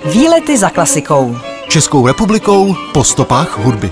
Výlety za klasikou. Českou republikou po stopách hudby.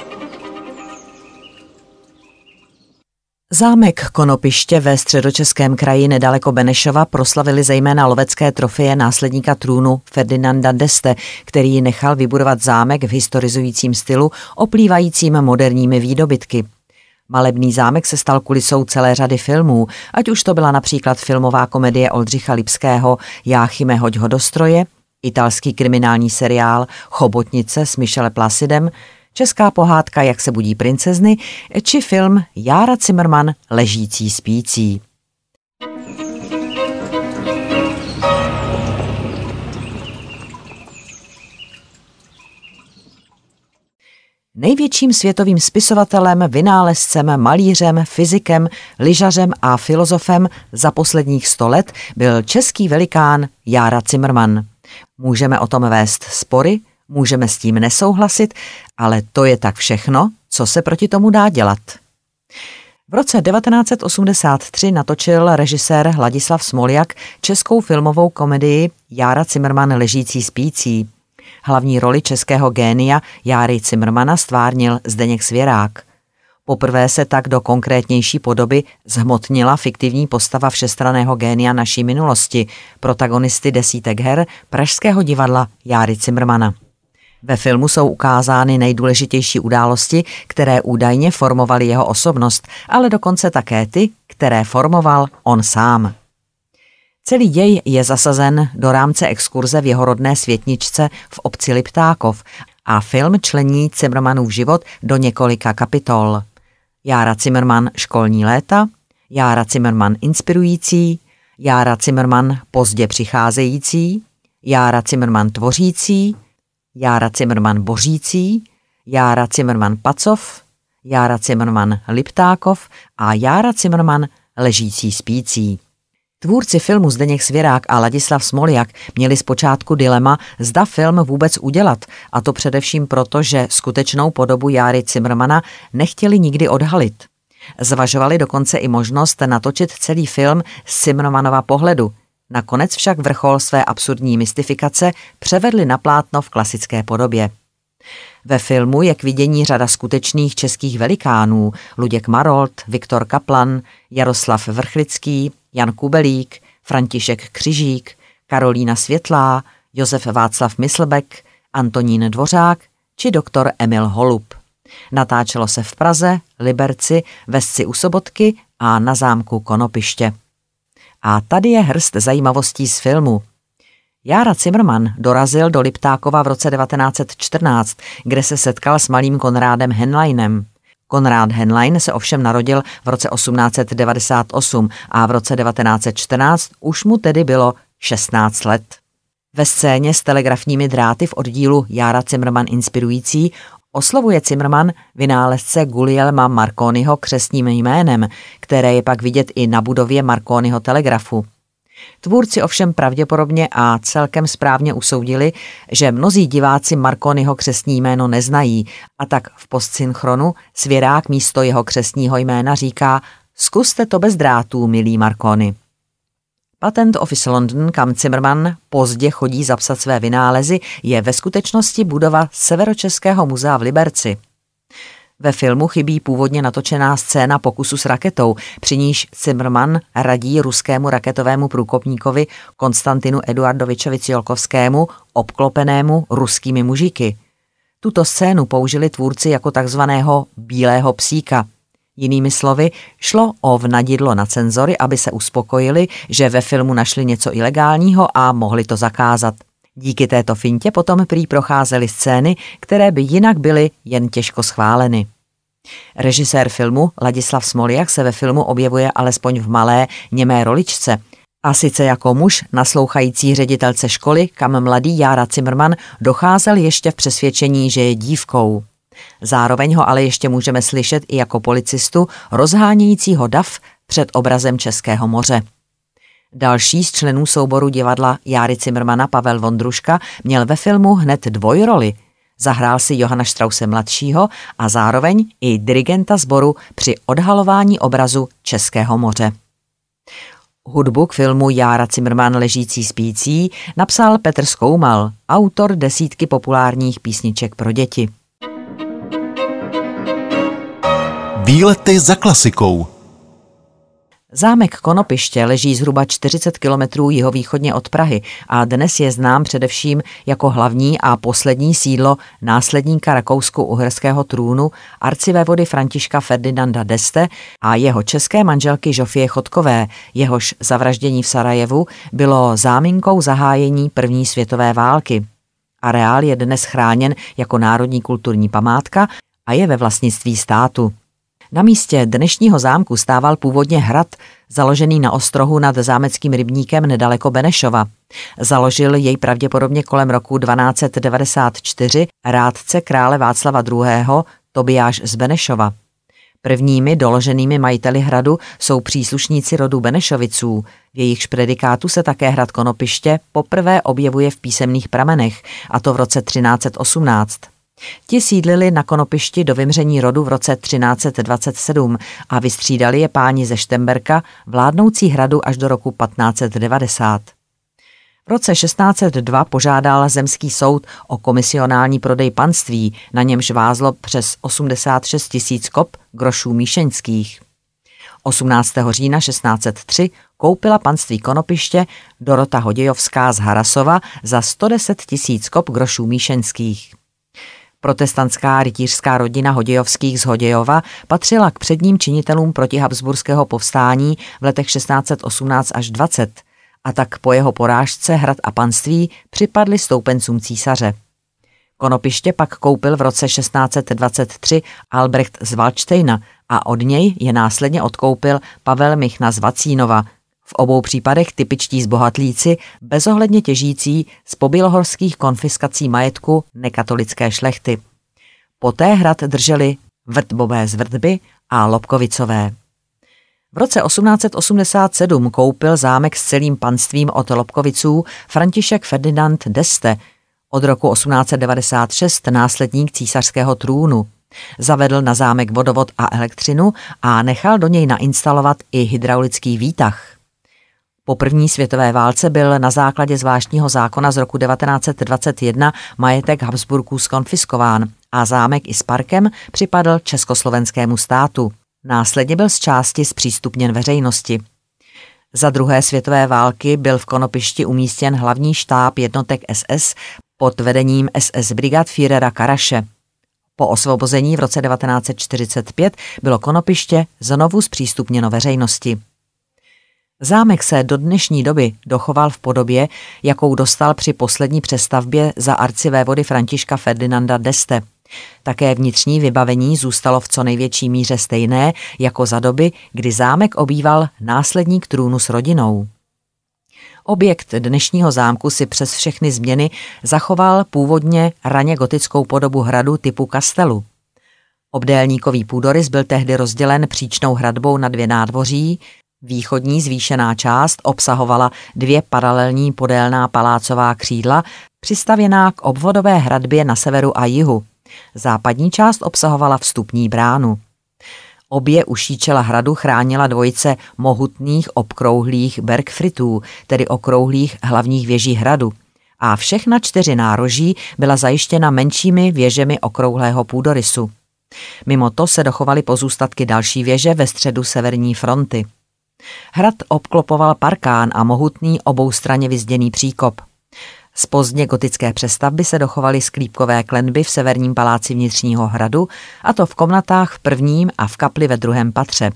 Zámek Konopiště ve Středočeském kraji nedaleko Benešova proslavili zejména lovecké trofeje následníka trůnu Ferdinanda d'Este, který nechal vybudovat zámek v historizujícím stylu, oplývajícím moderními výdobytky. Malebný zámek se stal kulisou celé řady filmů, ať už to byla například filmová komedie Oldřicha Lipského Jáchyme, hoď ho do stroje, italský kriminální seriál Chobotnice s Michelem Placidem, česká pohádka Jak se budí princezny či film Jára Cimrman Ležící spící. Největším světovým spisovatelem, vynálezcem, malířem, fyzikem, lyžařem a filozofem za posledních 100 let byl český velikán Jára Cimrman. Můžeme o tom vést spory, můžeme s tím nesouhlasit, ale to je tak všechno, co se proti tomu dá dělat. V roce 1983 natočil režisér Ladislav Smoljak českou filmovou komedii Jára Cimrman Ležící spící. Hlavní roli českého génia Járy Cimrmana stvárnil Zdeněk Svěrák. Poprvé se tak do konkrétnější podoby zhmotnila fiktivní postava všestranného génia naší minulosti, protagonisty desítek her pražského divadla Járy Cimrmana. Ve filmu jsou ukázány nejdůležitější události, které údajně formovaly jeho osobnost, ale dokonce také ty, které formoval on sám. Celý děj je zasazen do rámce exkurze v jeho rodné Světničce v obci Liptákov a film člení Cimrmanův život do několika kapitol. Jára Cimrman školní léta, Jára Cimrman inspirující, Jára Cimrman pozdě přicházející, Jára Cimrman tvořící, Jára Cimrman bořící, Jára Cimrman Pacov, Jára Cimrman Liptákov a Jára Cimrman ležící spící. Tvůrci filmu Zdeněk Svěrák a Ladislav Smoljak měli zpočátku dilema, zda film vůbec udělat, a to především proto, že skutečnou podobu Járy Cimrmana nechtěli nikdy odhalit. Zvažovali dokonce i možnost natočit celý film z Cimrmanova pohledu. Nakonec však vrchol své absurdní mystifikace převedli na plátno v klasické podobě. Ve filmu je k vidění řada skutečných českých velikánů: Luděk Marolt, Viktor Kaplan, Jaroslav Vrchlický, Jan Kubelík, František Křižík, Karolína Světlá, Josef Václav Myslbek, Antonín Dvořák či doktor Emil Holub. Natáčelo se v Praze, Liberci, Vesci u Sobotky a na zámku Konopiště. A tady je hrst zajímavostí z filmu. Jára Cimrman dorazil do Liptákova v roce 1914, kde se setkal s malým Konrádem Henleinem. Konrád Henlein se ovšem narodil v roce 1898 a v roce 1914 už mu tedy bylo 16 let. Ve scéně s telegrafními dráty v oddílu Jára Cimrman inspirující oslovuje Cimrman vynálezce Guglielma Marconiho křestním jménem, které je pak vidět i na budově Marconiho telegrafu. Tvůrci ovšem pravděpodobně a celkem správně usoudili, že mnozí diváci Marconiho křestní jméno neznají, a tak v postsynchronu Svěrák místo jeho křestního jména říká: zkuste to bez drátů, milý Marconi. Patent Office London, kam Cimrman pozdě chodí zapsat své vynálezy, je ve skutečnosti budova Severočeského muzea v Liberci. Ve filmu chybí původně natočená scéna pokusu s raketou, při níž Cimrman radí ruskému raketovému průkopníkovi Konstantinu Eduardovičovi Ciolkovskému, obklopenému ruskými mužiky. Tuto scénu použili tvůrci jako takzvaného bílého psíka. Jinými slovy, šlo o vnadidlo na cenzory, aby se uspokojili, že ve filmu našli něco ilegálního a mohli to zakázat. Díky této fintě potom prý procházely scény, které by jinak byly jen těžko schváleny. Režisér filmu Ladislav Smoljak se ve filmu objevuje alespoň v malé němé roličce, a sice jako muž naslouchající ředitelce školy, kam mladý Jára Cimrman docházel ještě v přesvědčení, že je dívkou. Zároveň ho ale ještě můžeme slyšet i jako policistu rozhánějícího dav před obrazem Českého moře. Další z členů souboru divadla Járy Cimrmana, Pavel Vondruška, měl ve filmu hned dvojroli. Zahrál si Johana Strause mladšího a zároveň i dirigenta sboru při odhalování obrazu Českého moře. Hudbu k filmu Jára Cimrman Ležící spící napsal Petr Zkoumal, autor desítky populárních písniček pro děti. Výlety za klasikou. Zámek Konopiště leží zhruba 40 kilometrů jihovýchodně od Prahy a dnes je znám především jako hlavní a poslední sídlo následníka rakousko-uherského trůnu arcivévody Františka Ferdinanda d'Este a jeho české manželky Žofie Chodkové, jehož zavraždění v Sarajevu bylo záminkou zahájení první světové války. Areál je dnes chráněn jako národní kulturní památka a je ve vlastnictví státu. Na místě dnešního zámku stával původně hrad, založený na ostrohu nad zámeckým rybníkem nedaleko Benešova. Založil jej pravděpodobně kolem roku 1294 rádce krále Václava II. Tobiáš z Benešova. Prvními doloženými majiteli hradu jsou příslušníci rodu Benešoviců. V jejichž predikátu se také hrad Konopiště poprvé objevuje v písemných pramenech, a to v roce 1318. Ti sídlili na Konopišti do vymření rodu v roce 1327 a vystřídali je páni ze Štemberka, vládnoucí hradu až do roku 1590. V roce 1602 požádal zemský soud o komisionální prodej panství, na němž vázlo přes 86 000 kop grošů míšeňských. 18. října 1603 koupila panství Konopiště Dorota Hodějovská z Harasova za 110 000 kop grošů míšeňských. Protestantská rytířská rodina Hodějovských z Hodějova patřila k předním činitelům protihabsburského povstání v letech 1618 až 20 a tak po jeho porážce hrad a panství připadly stoupencům císaře. Konopiště pak koupil v roce 1623 Albrecht z Valdštejna a od něj je následně odkoupil Pavel Michna z Vacínova, v obou případech typičtí zbohatlíci, bezohledně těžící z pobělohorských konfiskací majetku nekatolické šlechty. Poté hrad drželi Vrtbové z Vrtby a Lobkovicové. V roce 1887 koupil zámek s celým panstvím od Lobkoviců František Ferdinand d'Este, od roku 1896 následník císařského trůnu. Zavedl na zámek vodovod a elektřinu a nechal do něj nainstalovat i hydraulický výtah. Po první světové válce byl na základě zvláštního zákona z roku 1921 majetek Habsburků zkonfiskován a zámek i s parkem připadl československému státu. Následně byl z části zpřístupněn veřejnosti. Za druhé světové války byl v Konopišti umístěn hlavní štáb jednotek SS pod vedením SS Brigadführera Karaše. Po osvobození v roce 1945 bylo Konopiště znovu zpřístupněno veřejnosti. Zámek se do dnešní doby dochoval v podobě, jakou dostal při poslední přestavbě za arcivévody Františka Ferdinanda d'Este. Také vnitřní vybavení zůstalo v co největší míře stejné jako za doby, kdy zámek obýval následník trůnu s rodinou. Objekt dnešního zámku si přes všechny změny zachoval původně raně gotickou podobu hradu typu kastelu. Obdélníkový půdorys byl tehdy rozdělen příčnou hradbou na dvě nádvoří. Východní zvýšená část obsahovala dvě paralelní podélná palácová křídla přistavěná k obvodové hradbě na severu a jihu. Západní část obsahovala vstupní bránu. Obě uší čela hradu chránila dvojice mohutných obkrouhlých bergfritů, tedy okrouhlých hlavních věží hradu, a všechna 4 nároží byla zajištěna menšími věžemi okrouhlého půdorysu. Mimo to se dochovaly pozůstatky další věže ve středu severní fronty. Hrad obklopoval parkán a mohutný oboustranně vyzděný příkop. Z pozdně gotické přestavby se dochovaly sklípkové klenby v severním paláci vnitřního hradu, a to v komnatách v prvním a v kapli ve druhém patře.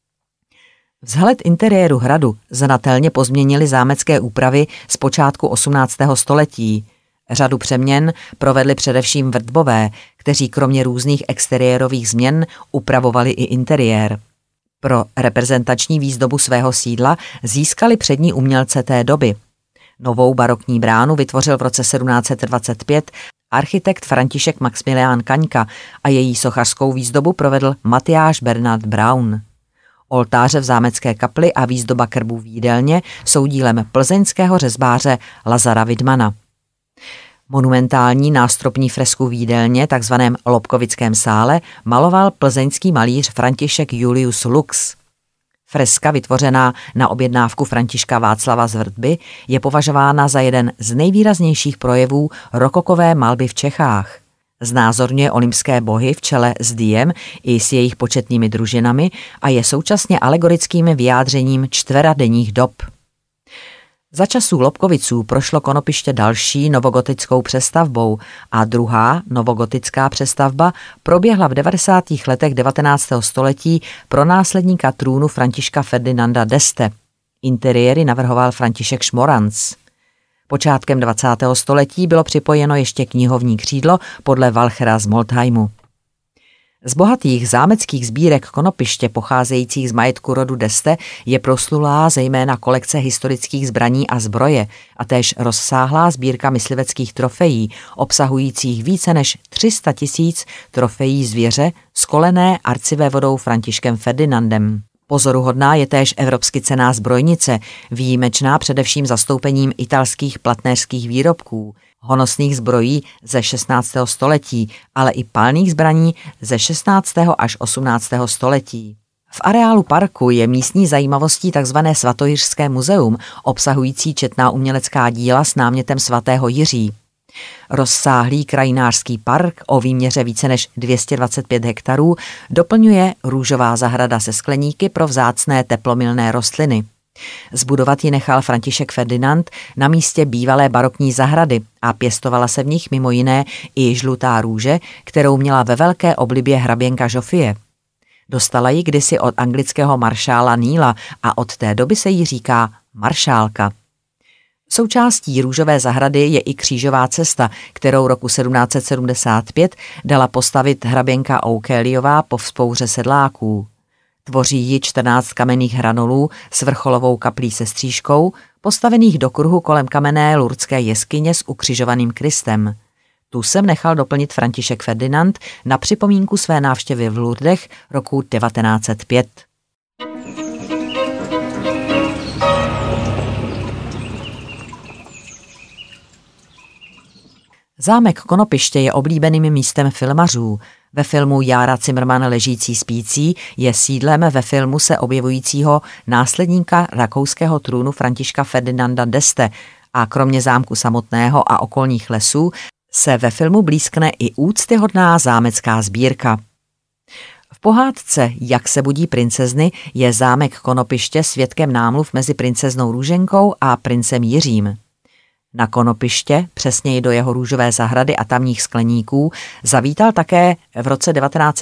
Vzhled interiéru hradu znatelně pozměnily zámecké úpravy z počátku 18. století. Řadu přeměn provedli především Vrtbové, kteří kromě různých exteriérových změn upravovali i interiér. Pro reprezentační výzdobu svého sídla získali přední umělce té doby. Novou barokní bránu vytvořil v roce 1725 architekt František Maxmilián Kaňka a její sochařskou výzdobu provedl Matyáš Bernard Braun. Oltáře v zámecké kapli a výzdoba krbů v jídelně jsou dílem plzeňského řezbáře Lazara Widmana. Monumentální nástropní fresku v jídelně, takzvaném Lobkovickém sále, maloval plzeňský malíř František Julius Lux. Freska vytvořená na objednávku Františka Václava z Vrtby je považována za jeden z nejvýraznějších projevů rokokové malby v Čechách. Znázorňuje olympské bohy v čele s Diem i s jejich početnými družinami a je současně alegorickým vyjádřením čtveradenních dob. Za časů Lobkoviců prošlo Konopiště další novogotickou přestavbou a druhá novogotická přestavba proběhla v 90. letech 19. století pro následníka trůnu Františka Ferdinanda d'Este. Interiéry navrhoval František Šmoranc. Počátkem 20. století bylo připojeno ještě knihovní křídlo podle Walchera z Moltheimu. Z bohatých zámeckých sbírek Konopiště pocházejících z majetku rodu d'Este je proslulá zejména kolekce historických zbraní a zbroje a též rozsáhlá sbírka mysliveckých trofejí, obsahujících více než 300 000 trofejí zvěře skolené arcivévodou Františkem Ferdinandem. Pozoruhodná je též evropsky cenná zbrojnice, výjimečná především zastoupením italských platnéřských výrobků, honosných zbrojí ze 16. století, ale i palných zbraní ze 16. až 18. století. V areálu parku je místní zajímavostí tzv. Svatojiřské muzeum, obsahující četná umělecká díla s námětem svatého Jiří. Rozsáhlý krajinářský park o výměře více než 225 hektarů doplňuje růžová zahrada se skleníky pro vzácné teplomilné rostliny. Zbudovat ji nechal František Ferdinand na místě bývalé barokní zahrady a pěstovala se v nich mimo jiné i žlutá růže, kterou měla ve velké oblibě hraběnka Žofie. Dostala ji kdysi od anglického maršála Neila a od té doby se jí říká maršálka. Součástí růžové zahrady je i křížová cesta, kterou roku 1775 dala postavit hraběnka O'Kellyová po vzpouře sedláků. Tvoří ji 14 kamenných hranolů s vrcholovou kaplí se střížkou, postavených do kruhu kolem kamenné lurdské jeskyně s ukřižovaným Kristem. Tu sem nechal doplnit František Ferdinand na připomínku své návštěvy v Lurdech roku 1905. Zámek Konopiště je oblíbeným místem filmařů. Ve filmu Jára Cimrman ležící spící je sídlem ve filmu se objevujícího následníka rakouského trůnu Františka Ferdinanda d'Este a kromě zámku samotného a okolních lesů se ve filmu blízkne i úctyhodná zámecká sbírka. V pohádce Jak se budí princezny je zámek Konopiště svědkem námluv mezi princeznou Růženkou a princem Jiřím. Na Konopiště, přesněji do jeho růžové zahrady a tamních skleníků, zavítal také v roce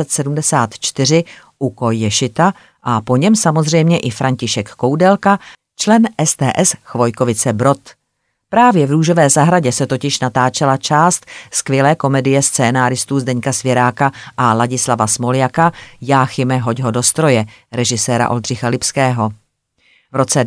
1974 Uko Ješita a po něm samozřejmě i František Koudelka, člen STS Chvojkovice Brod. Právě v růžové zahradě se totiž natáčela část skvělé komedie scénáristů Zdeňka Svěráka a Ladislava Smoljaka Jáchyme, hoď ho do stroje, režiséra Oldřicha Lipského. V roce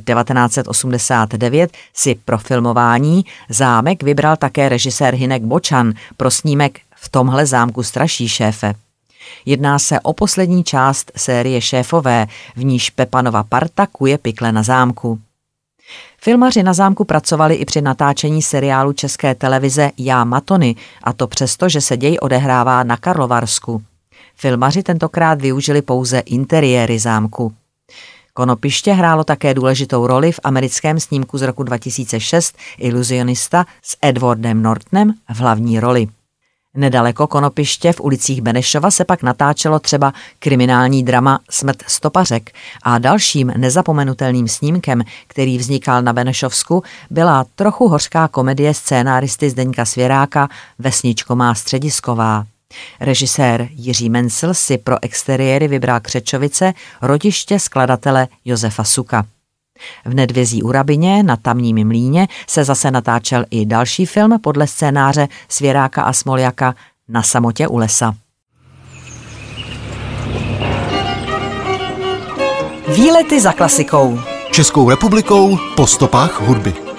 1989 si pro filmování zámek vybral také režisér Hynek Bočan pro snímek V tomhle zámku straší šéfe. Jedná se o poslední část série Šéfové, v níž Pepanova parta kuje pikle na zámku. Filmaři na zámku pracovali i při natáčení seriálu České televize Já Matony, a to přesto, že se děj odehrává na Karlovarsku. Filmaři tentokrát využili pouze interiéry zámku. Konopiště hrálo také důležitou roli v americkém snímku z roku 2006 Iluzionista s Edwardem Nortonem v hlavní roli. Nedaleko Konopiště v ulicích Benešova se pak natáčelo třeba kriminální drama Smrt stopařek a dalším nezapomenutelným snímkem, který vznikal na Benešovsku, byla trochu hořká komedie scénáristy Zdeňka Svěráka Vesničko má středisková. Režisér Jiří Mencl si pro exteriéry vybral Křečovice, rodiště skladatele Josefa Suka. V Nedvězí u Rabině na tamním mlýně se zase natáčel i další film podle scénáře Svěráka a Smoljaka Na samotě u lesa. Výlety za klasikou. Českou republikou po stopách hudby.